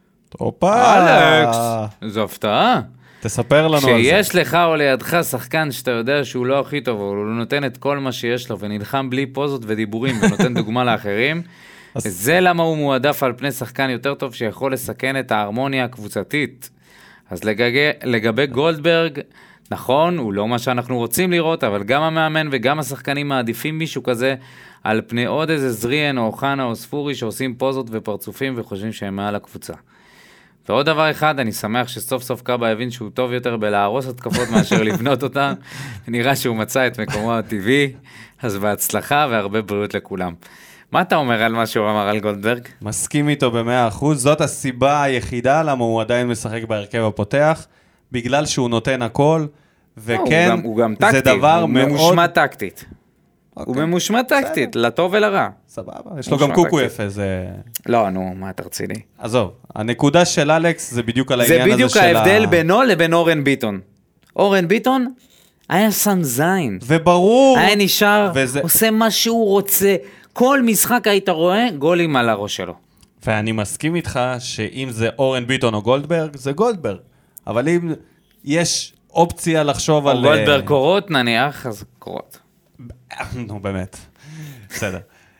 אופה! אלכס, זו הפתעה. תספר לנו על זה. שיש לך או לידך שחקן שאתה יודע שהוא לא הכי טוב, אבל הוא נותן את כל מה שיש לו ונלחם בלי פוזות ודיבורים ונותן דוגמה לאחרים, זה למה הוא מועדף על פני שחקן יותר טוב שיכול לסכן את ההרמוניה הקבוצתית. אז לגבי, לגבי גולדברג, נכון, הוא לא מה שאנחנו רוצים לראות, אבל גם המאמן וגם השחקנים מעדיפים מישהו כזה על פני עוד איזה זריאן או חנה או ספורי שעושים פוזות ופרצופים וחושבים שהם מעל הקבוצה. ועוד דבר אחד, אני שמח שסוף סוף קאבה הבין שהוא טוב יותר בלהרוס התקפות מאשר לבנות אותה. נראה שהוא מצא את מקומו הטבעי, אז בהצלחה והרבה בריאות לכולם. מה אתה אומר על מה שהוא אמר על גולדברג? מסכים איתו במאה אחוז, זאת הסיבה היחידה למה הוא עדיין משחק בהרכב הפותח, בגלל שהוא נותן הכל, וכן, הוא גם, הוא גם זה טקטי, דבר הוא מאוד... ממושמע טקטית. הוא ממושמע טקטית, לטוב ולרע. סבבה, יש לו גם קוקו יפה, זה... לא, נו, מה אתה רציני? עזוב, הנקודה של אלכס זה בדיוק על העניין הזה של ה... זה בדיוק ההבדל בינו לבין אורן ביטון. אורן ביטון היה שם זין. וברור. היה נשאר, וזה... עושה מה שהוא רוצה. כל משחק היית רואה, גולים על הראש שלו. ואני מסכים איתך שאם זה אורן ביטון או גולדברג, זה גולדברג. אבל אם יש אופציה לחשוב על... או גולדברג קורות נניח, אז קורות. נו, באמת. בסדר.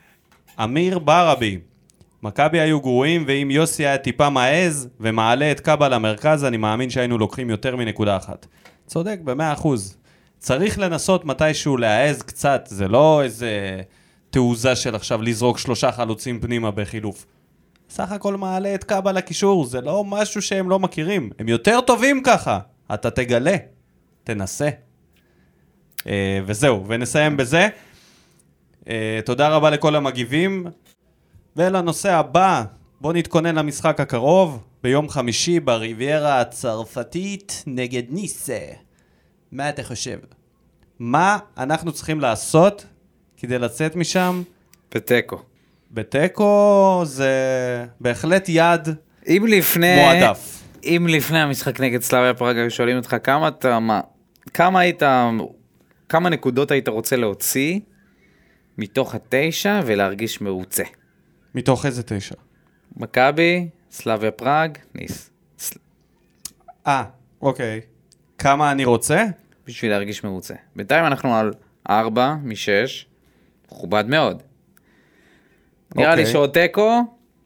אמיר ברבי. מכבי היו גרועים, ואם יוסי היה טיפה מעז ומעלה את קאבה למרכז, אני מאמין שהיינו לוקחים יותר מנקודה אחת. צודק, במאה אחוז. צריך לנסות מתישהו להעז קצת, זה לא איזה תעוזה של עכשיו לזרוק שלושה חלוצים פנימה בחילוף. סך הכל מעלה את קאבה לקישור, זה לא משהו שהם לא מכירים. הם יותר טובים ככה. אתה תגלה, תנסה. וזהו, ונסיים בזה. תודה רבה לכל המגיבים. ולנושא הבא, בוא נתכונן למשחק הקרוב, ביום חמישי בריביירה הצרפתית נגד ניסה. מה אתה חושב? מה אנחנו צריכים לעשות כדי לצאת משם? בטקו. בטקו זה בהחלט יד אם לפני, מועדף. אם לפני המשחק נגד סלאביה פראג היו שואלים אותך כמה אתה, מה, כמה היית, כמה נקודות היית רוצה להוציא מתוך התשע ולהרגיש מרוצה? מתוך איזה תשע? מכבי, סלאביה פראג, ניס. אה, אוקיי. כמה אני רוצה? בשביל להרגיש מרוצה. בינתיים אנחנו על ארבע משש, מכובד מאוד. נראה לי שעוד תיקו.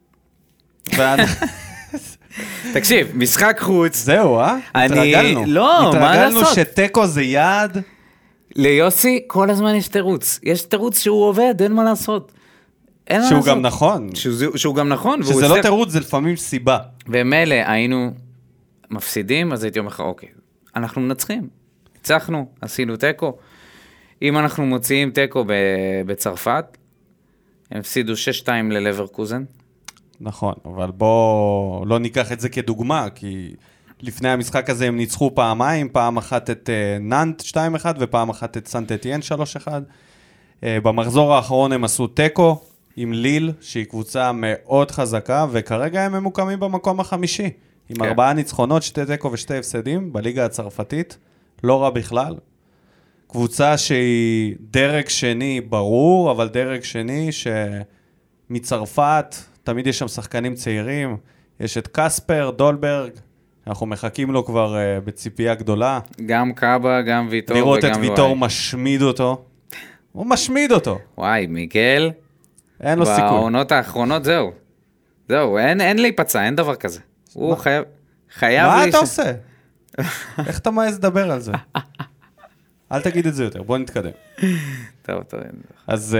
תקשיב, משחק חוץ. זהו, אה? התרגלנו. לא, מה לעשות? התרגלנו שתיקו זה יעד. ליוסי כל הזמן יש תירוץ. יש תירוץ שהוא עובד, אין מה לעשות. שהוא גם נכון. שהוא גם נכון. שזה לא תירוץ, זה לפעמים סיבה. ומילא היינו מפסידים, אז הייתי אומר לך, אוקיי, אנחנו מנצחים. הצלחנו, עשינו תיקו. אם אנחנו מוציאים תיקו בצרפת, הם הפסידו שש שתיים ללברקוזן. נכון, אבל בוא לא ניקח את זה כדוגמה, כי לפני המשחק הזה הם ניצחו פעמיים, פעם אחת את ננט שתיים אחת ופעם אחת את סנט אתיין שלוש אחת. במחזור האחרון הם עשו תיקו עם ליל, שהיא קבוצה מאוד חזקה, וכרגע הם ממוקמים במקום החמישי, עם כן. ארבעה ניצחונות, שתי תיקו ושתי הפסדים, בליגה הצרפתית, לא רע בכלל. קבוצה שהיא דרג שני ברור, אבל דרג שני שמצרפת, תמיד יש שם שחקנים צעירים, יש את קספר, דולברג, אנחנו מחכים לו כבר uh, בציפייה גדולה. גם קאבה, גם ויטור וגם לראות את ויטור משמיד אותו. הוא משמיד אותו. וואי, מיגל. אין לו סיכוי. בעונות האחרונות זהו. זהו, אין, אין להיפצע, אין דבר כזה. הוא חייב... חייב מה לי אתה ש... עושה? איך אתה מעז לדבר על זה? אל תגיד את זה יותר, בוא נתקדם. טוב, טוב. אז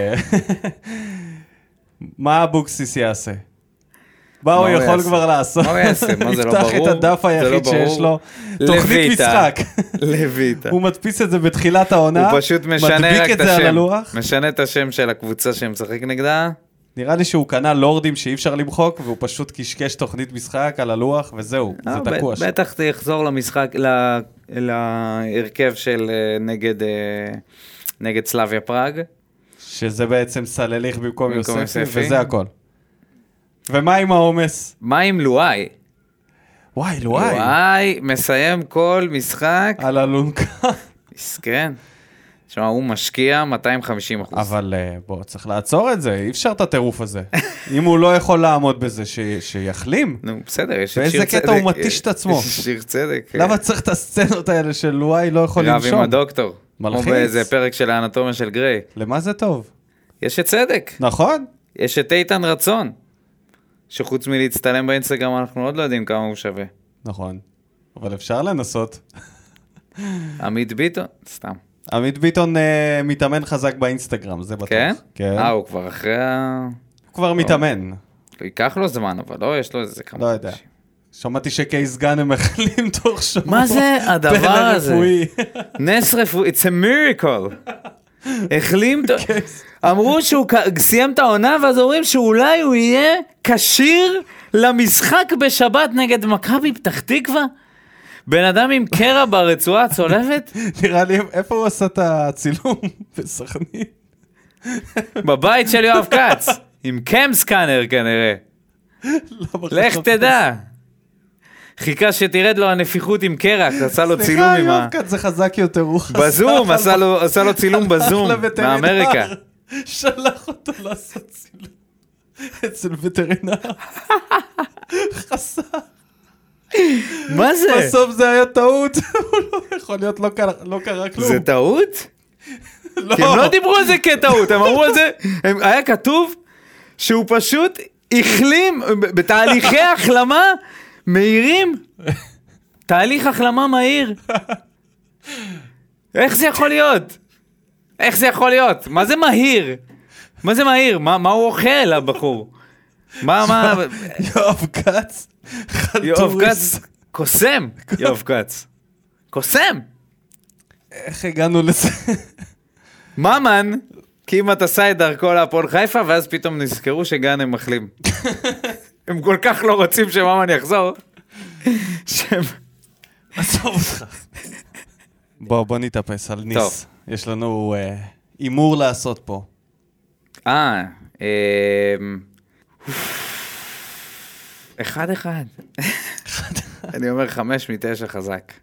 מה אבוקסיס יעשה? מה הוא יכול כבר לעשות? מה הוא יעשה? מה זה לא ברור? יפתח את הדף היחיד שיש לו, תוכנית משחק. לויטה. הוא מדפיס את זה בתחילת העונה, הוא פשוט משנה רק את מדביק את זה על הלוח. משנה את השם של הקבוצה שמשחק נגדה. נראה לי שהוא קנה לורדים שאי אפשר למחוק, והוא פשוט קשקש תוכנית משחק על הלוח, וזהו, זה תקוע. בטח יחזור למשחק, להרכב של נגד סלאביה פראג. שזה בעצם סלליך במקום יוספי, וזה הכל. ומה עם העומס? מה עם לואי? וואי, לואי. לואי מסיים כל משחק. על אלונקה. מסכן. תשמע, הוא משקיע מאתיים וחמישים אחוז. אבל בוא, צריך לעצור את זה, אי אפשר את הטירוף הזה. אם הוא לא יכול לעמוד בזה, שיחלים. נו, בסדר, יש שיר צדק. באיזה קטע הוא מתיש את עצמו. יש שיר צדק. למה צריך את הסצנות האלה של לואי לא יכול לנשום? רב עם הדוקטור. מלחיץ. כמו באיזה פרק של האנטומיה של גריי. למה זה טוב? יש את צדק. נכון. יש את איתן רצון. שחוץ מלהצטלם באינסטגרם, אנחנו עוד לא יודעים כמה הוא שווה. נכון. אבל אפשר לנסות. עמית ביטון, סתם. עמית ביטון uh, מתאמן חזק באינסטגרם, זה בטוח. כן? כן. אה, הוא כבר אחרי ה... הוא כבר מתאמן. ייקח לו זמן, אבל לא, יש לו איזה כמה... לא יודע. שמעתי שקייס גן הם מחלים תוך שבוע. מה זה הדבר הזה? נס רפואי, it's a miracle. החלים, אמרו שהוא סיים את העונה, ואז אומרים שאולי הוא יהיה כשיר למשחק בשבת נגד מכבי פתח תקווה. בן אדם עם קרע ברצועה הצולבת. נראה לי, איפה הוא עשה את הצילום? בסכנין. בבית של יואב קץ, עם קם סקאנר כנראה. לך תדע. חיכה שתרד לו הנפיחות עם קרח, עשה לו צילום עם ה... סליחה, יואב קץ זה חזק יותר, הוא חזק. בזום, עשה לו צילום בזום, מאמריקה. שלח אותו לעשות צילום. אצל וטרינר. חסך. מה זה? בסוף זה היה טעות. הוא לא יכול להיות, לא קרה כלום. זה טעות? לא. כי הם לא דיברו על זה כטעות, הם אמרו על זה, היה כתוב שהוא פשוט החלים, בתהליכי החלמה מהירים, תהליך החלמה מהיר. איך זה יכול להיות? איך זה יכול להיות? מה זה מהיר? מה זה מהיר? מה, מה הוא אוכל, הבחור? מה, מה... יואב קץ, חלטוריס. יואב קץ, קוסם, יואב קץ. קוסם. איך הגענו לזה? ממן, כמעט עשה את דרכו להפועל חיפה, ואז פתאום נזכרו שגן הם מחלים. הם כל כך לא רוצים שממן יחזור, שהם... עזוב אותך. בוא, בוא נתאפס על ניס. טוב. יש לנו אימור לעשות פה. אה, אחד אחד. אני אומר חמש מתשע חזק.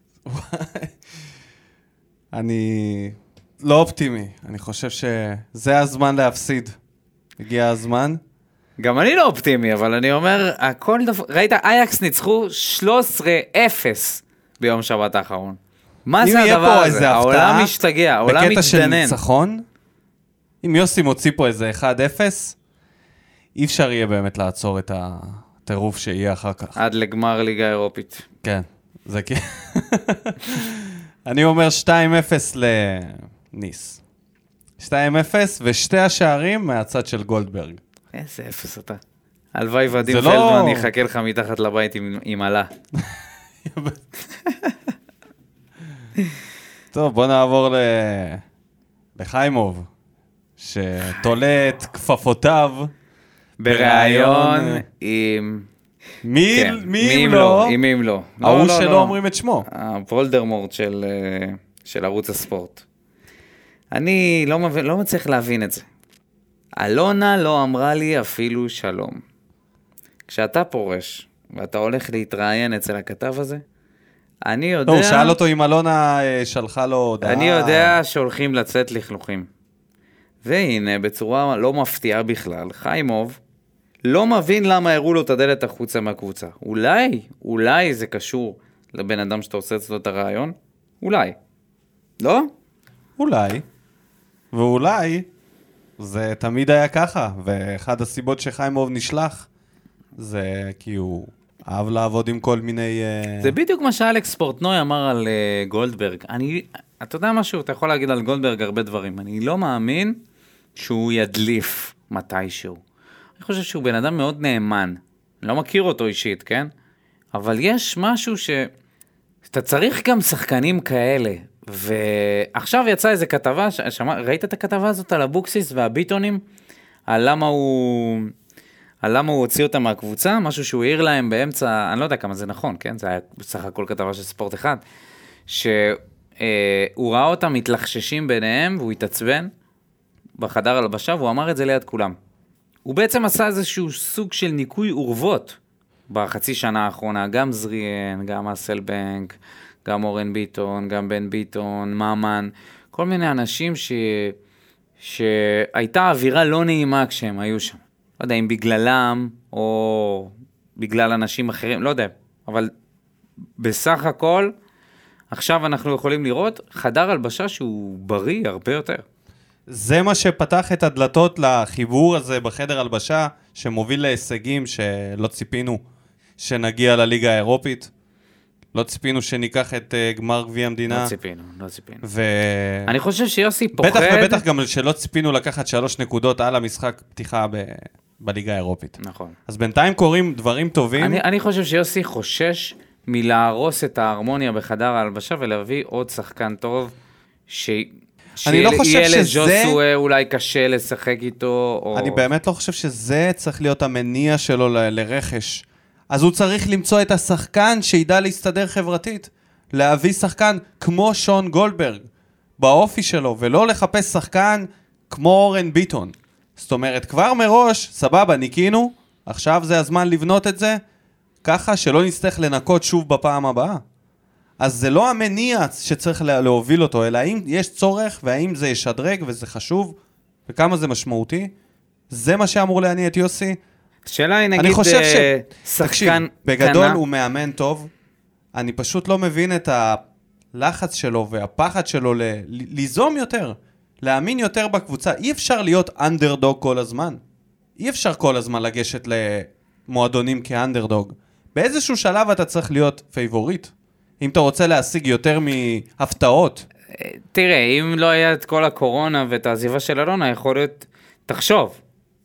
אני לא אופטימי. אני חושב שזה הזמן להפסיד. הגיע הזמן. גם אני לא אופטימי, אבל אני אומר, הכל דבר... ראית, אייקס ניצחו שלוש עשרה אפס ביום שבת האחרון. מה זה הדבר הזה? העולם משתגע, העולם מתדנן. בקטע של ניצחון, אם יוסי מוציא פה איזה אחד אפס, אי אפשר יהיה באמת לעצור את הטירוף שיהיה אחר כך. עד לגמר ליגה אירופית. כן, זה כי... אני אומר שתיים אפס לניס. שתיים אפס ושתי השערים מהצד של גולדברג. איזה אפס אתה. הלוואי ודים פלדמן יחכה לך מתחת לבית עם עלה. טוב, בוא נעבור לחיימוב, שתולה את כפפותיו בראיון עם... מי אם לא? עם מי אם לא. ההוא שלא אומרים את שמו. הוולדמורט של ערוץ הספורט. אני לא מצליח להבין את זה. אלונה לא אמרה לי אפילו שלום. כשאתה פורש, ואתה הולך להתראיין אצל הכתב הזה, אני יודע... הוא שאל אותו אם אלונה שלחה לו הודעה. אני יודע שהולכים לצאת לכלוכים. והנה, בצורה לא מפתיעה בכלל, חיימוב לא מבין למה הראו לו את הדלת החוצה מהקבוצה. אולי, אולי זה קשור לבן אדם שאתה עושה אצלו את הרעיון? אולי. לא? אולי. ואולי זה תמיד היה ככה, ואחד הסיבות שחיימוב נשלח, זה כי הוא אהב לעבוד עם כל מיני... זה בדיוק מה שאלכס פורטנוי אמר על uh, גולדברג. אני, אתה יודע משהו, אתה יכול להגיד על גולדברג הרבה דברים. אני לא מאמין שהוא ידליף מתישהו. אני חושב שהוא בן אדם מאוד נאמן. אני לא מכיר אותו אישית, כן? אבל יש משהו ש... אתה צריך גם שחקנים כאלה. ועכשיו יצאה איזו כתבה, שמה, ראית את הכתבה הזאת על הבוקסיס והביטונים? על למה הוא... על למה הוא הוציא אותם מהקבוצה, משהו שהוא העיר להם באמצע, אני לא יודע כמה זה נכון, כן? זה היה בסך הכל כתבה של ספורט אחד, שהוא ראה אותם מתלחששים ביניהם, והוא התעצבן בחדר הלבשה, והוא אמר את זה ליד כולם. הוא בעצם עשה איזשהו סוג של ניקוי אורוות בחצי שנה האחרונה, גם זריאן, גם אסלבנק, גם אורן ביטון, גם בן ביטון, מאמן, כל מיני אנשים ש... שהייתה אווירה לא נעימה כשהם היו שם. לא יודע אם בגללם או בגלל אנשים אחרים, לא יודע, אבל בסך הכל, עכשיו אנחנו יכולים לראות חדר הלבשה שהוא בריא הרבה יותר. זה מה שפתח את הדלתות לחיבור הזה בחדר הלבשה, שמוביל להישגים שלא ציפינו שנגיע לליגה האירופית. לא ציפינו שניקח את uh, גמר גביע המדינה. לא ציפינו, לא ציפינו. ו... אני חושב שיוסי פוחד... בטח ובטח גם שלא ציפינו לקחת שלוש נקודות על המשחק פתיחה ב... בליגה האירופית. נכון. אז בינתיים קורים דברים טובים. אני, אני חושב שיוסי חושש מלהרוס את ההרמוניה בחדר ההלבשה ולהביא עוד שחקן טוב ש... אני לא חושב שזה... לג'וסווה אולי קשה לשחק איתו. או... אני באמת לא חושב שזה צריך להיות המניע שלו ל... לרכש. אז הוא צריך למצוא את השחקן שידע להסתדר חברתית. להביא שחקן כמו שון גולדברג באופי שלו, ולא לחפש שחקן כמו אורן ביטון. זאת אומרת, כבר מראש, סבבה, ניקינו, עכשיו זה הזמן לבנות את זה, ככה שלא נצטרך לנקות שוב בפעם הבאה. אז זה לא המניע שצריך להוביל אותו, אלא האם יש צורך, והאם זה ישדרג וזה חשוב, וכמה זה משמעותי. זה מה שאמור להניע את יוסי. שאלה היא נגיד אני חושב ש... שחקן תקשיב, בגדול קנה. הוא מאמן טוב, אני פשוט לא מבין את הלחץ שלו והפחד שלו ל... ליזום יותר, להאמין יותר בקבוצה. אי אפשר להיות אנדרדוג כל הזמן. אי אפשר כל הזמן לגשת למועדונים כאנדרדוג. באיזשהו שלב אתה צריך להיות פייבוריט. אם אתה רוצה להשיג יותר מהפתעות. תראה, אם לא היה את כל הקורונה ואת העזיבה של אלונה, יכול להיות, תחשוב,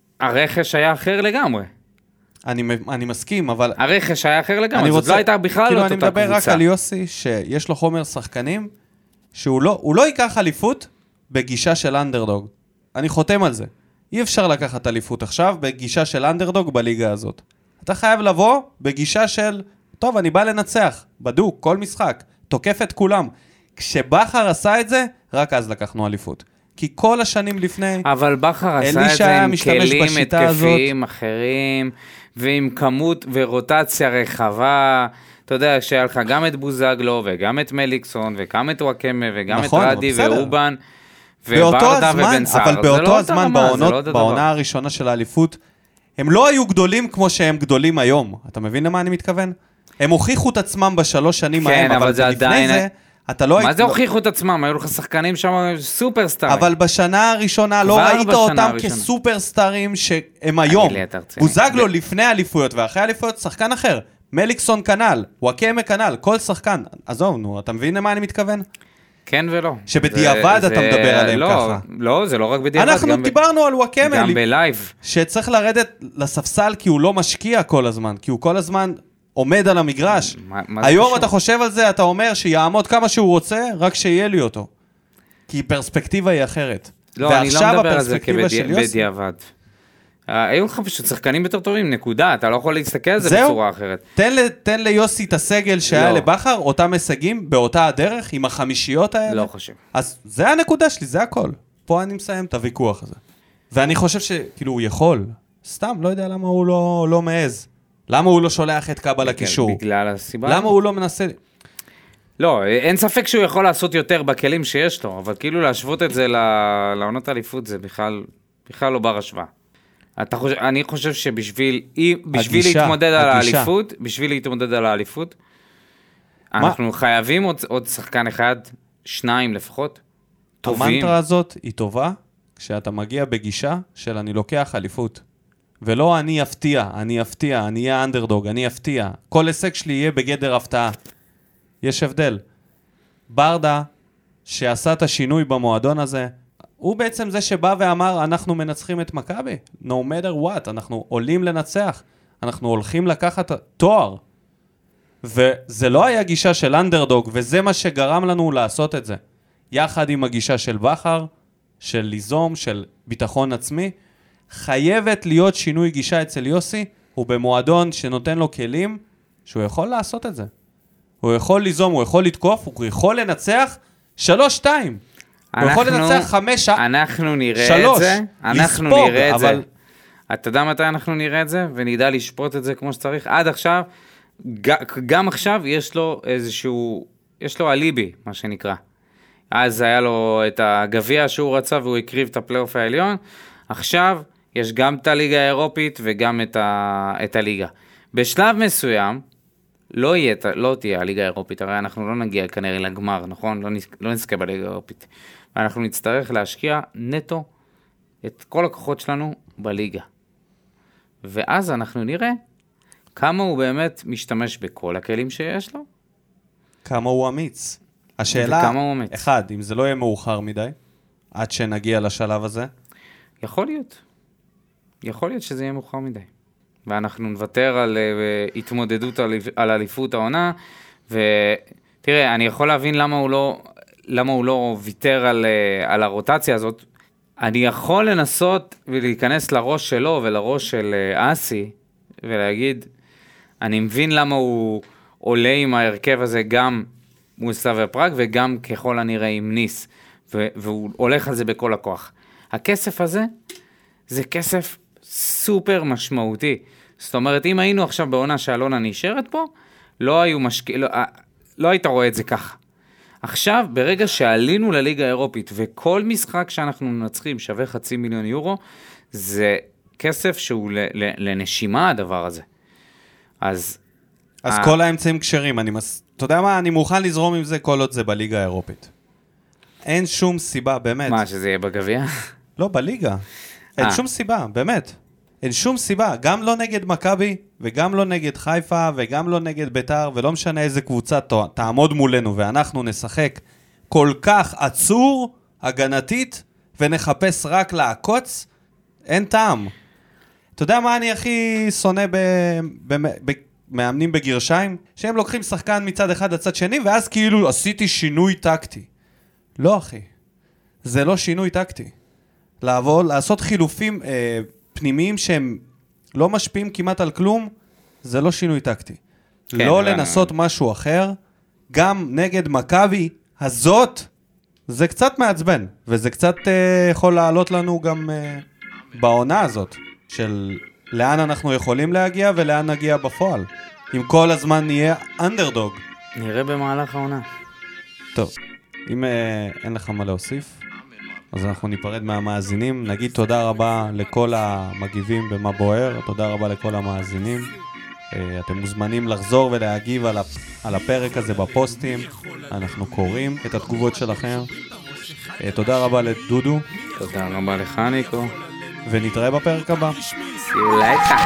הרכש היה אחר לגמרי. אני, אני מסכים, אבל... הרכש היה אחר לגמרי, זאת רוצה, לא הייתה בכלל כאילו לא אותה קבוצה. אני מדבר רק על יוסי, שיש לו חומר שחקנים, שהוא לא, הוא לא ייקח אליפות בגישה של אנדרדוג. אני חותם על זה. אי אפשר לקחת אליפות עכשיו בגישה של אנדרדוג בליגה הזאת. אתה חייב לבוא בגישה של, טוב, אני בא לנצח, בדוק, כל משחק, תוקף את כולם. כשבחר עשה את זה, רק אז לקחנו אליפות. כי כל השנים לפני... אבל בחר עשה את זה עם כלים התקפיים אחרים, ועם כמות ורוטציה רחבה. אתה יודע, שהיה לך גם את בוזגלו, וגם את מליקסון, וגם את וואקמה, וגם נכון, את רדי ואובן, וברדה ובן סער. אבל באותו הזמן, בעונות, בעונה הראשונה של האליפות, הם לא היו גדולים כמו שהם גדולים היום. אתה מבין למה אני מתכוון? הם הוכיחו את עצמם בשלוש שנים כן, ההם, אבל, אבל זה לפני עדיין... זה... אתה לא... מה זה הוכיחו את עצמם? היו לך שחקנים שם סופרסטארים. אבל בשנה הראשונה לא ראית אותם כסופרסטארים שהם היום. בוזגלו לפני אליפויות ואחרי אליפויות שחקן אחר. מליקסון כנל, וואקמה כנל, כל שחקן. עזוב, נו, אתה מבין למה אני מתכוון? כן ולא. שבדיעבד אתה מדבר עליהם ככה. לא, זה לא רק בדיעבד. אנחנו דיברנו על וואקמה. גם בלייב. שצריך לרדת לספסל כי הוא לא משקיע כל הזמן, כי הוא כל הזמן עומד על המגרש. היום אתה חושב על זה, אתה אומר שיעמוד כמה שהוא רוצה, רק שיהיה לי אותו. כי פרספקטיבה היא אחרת. לא, אני לא מדבר על זה כבדיעבד. היו לך פשוט שחקנים יותר טובים, נקודה, אתה לא יכול להסתכל על זה בצורה אחרת. תן ליוסי את הסגל שהיה לבחר, אותם הישגים, באותה הדרך, עם החמישיות האלה. לא חושב. אז זה הנקודה שלי, זה הכל. פה אני מסיים את הוויכוח הזה. ואני חושב שכאילו הוא יכול, סתם, לא יודע למה הוא לא, לא מעז. למה הוא לא שולח את קאבה לקישור? בגלל הסיבה. למה הוא לא מנסה... לא, אין ספק שהוא יכול לעשות יותר בכלים שיש לו, אבל כאילו להשוות את זה לעונות האליפות, זה בכלל, בכלל לא בר השוואה. אתה חושב, אני חושב שבשביל בשביל הגישה, להתמודד הגישה. על האליפות, בשביל להתמודד על האליפות, מה? אנחנו חייבים עוד, עוד שחקן אחד, שניים לפחות, טובים. המנטרה הזאת היא טובה, כשאתה מגיע בגישה של אני לוקח אליפות. ולא אני אפתיע, אני אפתיע, אני אהיה אנדרדוג, אני אפתיע. כל הישג שלי יהיה בגדר הפתעה. יש הבדל. ברדה, שעשה את השינוי במועדון הזה, הוא בעצם זה שבא ואמר, אנחנו מנצחים את מכבי. No matter what, אנחנו עולים לנצח. אנחנו הולכים לקחת תואר. וזה לא היה גישה של אנדרדוג, וזה מה שגרם לנו לעשות את זה. יחד עם הגישה של בחר, של ליזום, של ביטחון עצמי, חייבת להיות שינוי גישה אצל יוסי, הוא במועדון שנותן לו כלים, שהוא יכול לעשות את זה. הוא יכול ליזום, הוא יכול לתקוף, הוא יכול לנצח שלוש שתיים. הוא יכול לנצח חמש, אנחנו נראה שלוש, את זה, אנחנו לספוג, נראה את אבל... זה. אתה יודע מתי אנחנו נראה את זה, ונדע לשפוט את זה כמו שצריך. עד עכשיו, גם עכשיו יש לו איזשהו, יש לו אליבי, מה שנקרא. אז היה לו את הגביע שהוא רצה, והוא הקריב את הפלייאוף העליון. עכשיו, יש גם את הליגה האירופית, וגם את, ה, את הליגה. בשלב מסוים, לא, יהיה, לא תהיה הליגה האירופית, הרי אנחנו לא נגיע כנראה לגמר, נכון? לא, נזכה, לא נזכה בליגה האירופית. ואנחנו נצטרך להשקיע נטו את כל הכוחות שלנו בליגה. ואז אנחנו נראה כמה הוא באמת משתמש בכל הכלים שיש לו. כמה הוא אמיץ. השאלה, וכמה הוא אמיץ. אחד, אם זה לא יהיה מאוחר מדי, עד שנגיע לשלב הזה. יכול להיות. יכול להיות שזה יהיה מאוחר מדי. ואנחנו נוותר על uh, התמודדות על, על אליפות העונה, ותראה, אני יכול להבין למה הוא לא, למה הוא לא ויתר על, uh, על הרוטציה הזאת. אני יכול לנסות ולהיכנס לראש שלו ולראש של uh, אסי, ולהגיד, אני מבין למה הוא עולה עם ההרכב הזה גם מול סלאביה פראג, וגם ככל הנראה עם ניס, ו- והוא הולך על זה בכל הכוח. הכסף הזה, זה כסף סופר משמעותי. זאת אומרת, אם היינו עכשיו בעונה שאלונה נשארת פה, לא היו משקיע, לא, לא היית רואה את זה ככה. עכשיו, ברגע שעלינו לליגה האירופית, וכל משחק שאנחנו מנצחים שווה חצי מיליון יורו, זה כסף שהוא ל, ל, לנשימה הדבר הזה. אז... אז ה... כל האמצעים קשרים, אני מס... אתה יודע מה, אני מוכן לזרום עם זה כל עוד זה בליגה האירופית. אין שום סיבה, באמת. מה, שזה יהיה בגביע? לא, בליגה. אין שום סיבה, באמת. אין שום סיבה, גם לא נגד מכבי, וגם לא נגד חיפה, וגם לא נגד ביתר, ולא משנה איזה קבוצה תעמוד מולנו, ואנחנו נשחק כל כך עצור, הגנתית, ונחפש רק לעקוץ, אין טעם. אתה יודע מה אני הכי שונא במאמנים בגרשיים? שהם לוקחים שחקן מצד אחד לצד שני, ואז כאילו עשיתי שינוי טקטי. לא, אחי. זה לא שינוי טקטי. לעבור, לעשות חילופים אה, פנימיים שהם לא משפיעים כמעט על כלום, זה לא שינוי טקטי. כן, לא אבל... לנסות משהו אחר, גם נגד מכבי הזאת, זה קצת מעצבן, וזה קצת אה, יכול לעלות לנו גם אה, בעונה הזאת, של לאן אנחנו יכולים להגיע ולאן נגיע בפועל. אם כל הזמן נהיה אנדרדוג. נראה במהלך העונה. טוב, אם אה, אין לך מה להוסיף, אז אנחנו ניפרד מהמאזינים. נגיד תודה רבה לכל המגיבים במה בוער, תודה רבה לכל המאזינים. אתם מוזמנים לחזור ולהגיב על הפרק הזה בפוסטים. אנחנו קוראים את התגובות שלכם. תודה רבה לדודו. תודה רבה לך, ניקו. ונתראה בפרק הבא. See you later.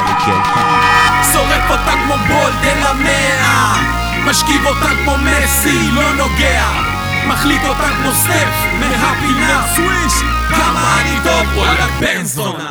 שורף אותה כמו בולדן המאה, משכיב אותה כמו מסי, לא נוגע, מחליט אותה כמו סטף, מהפינה סוויש, כמה אני טוב, וואלה בן זונה.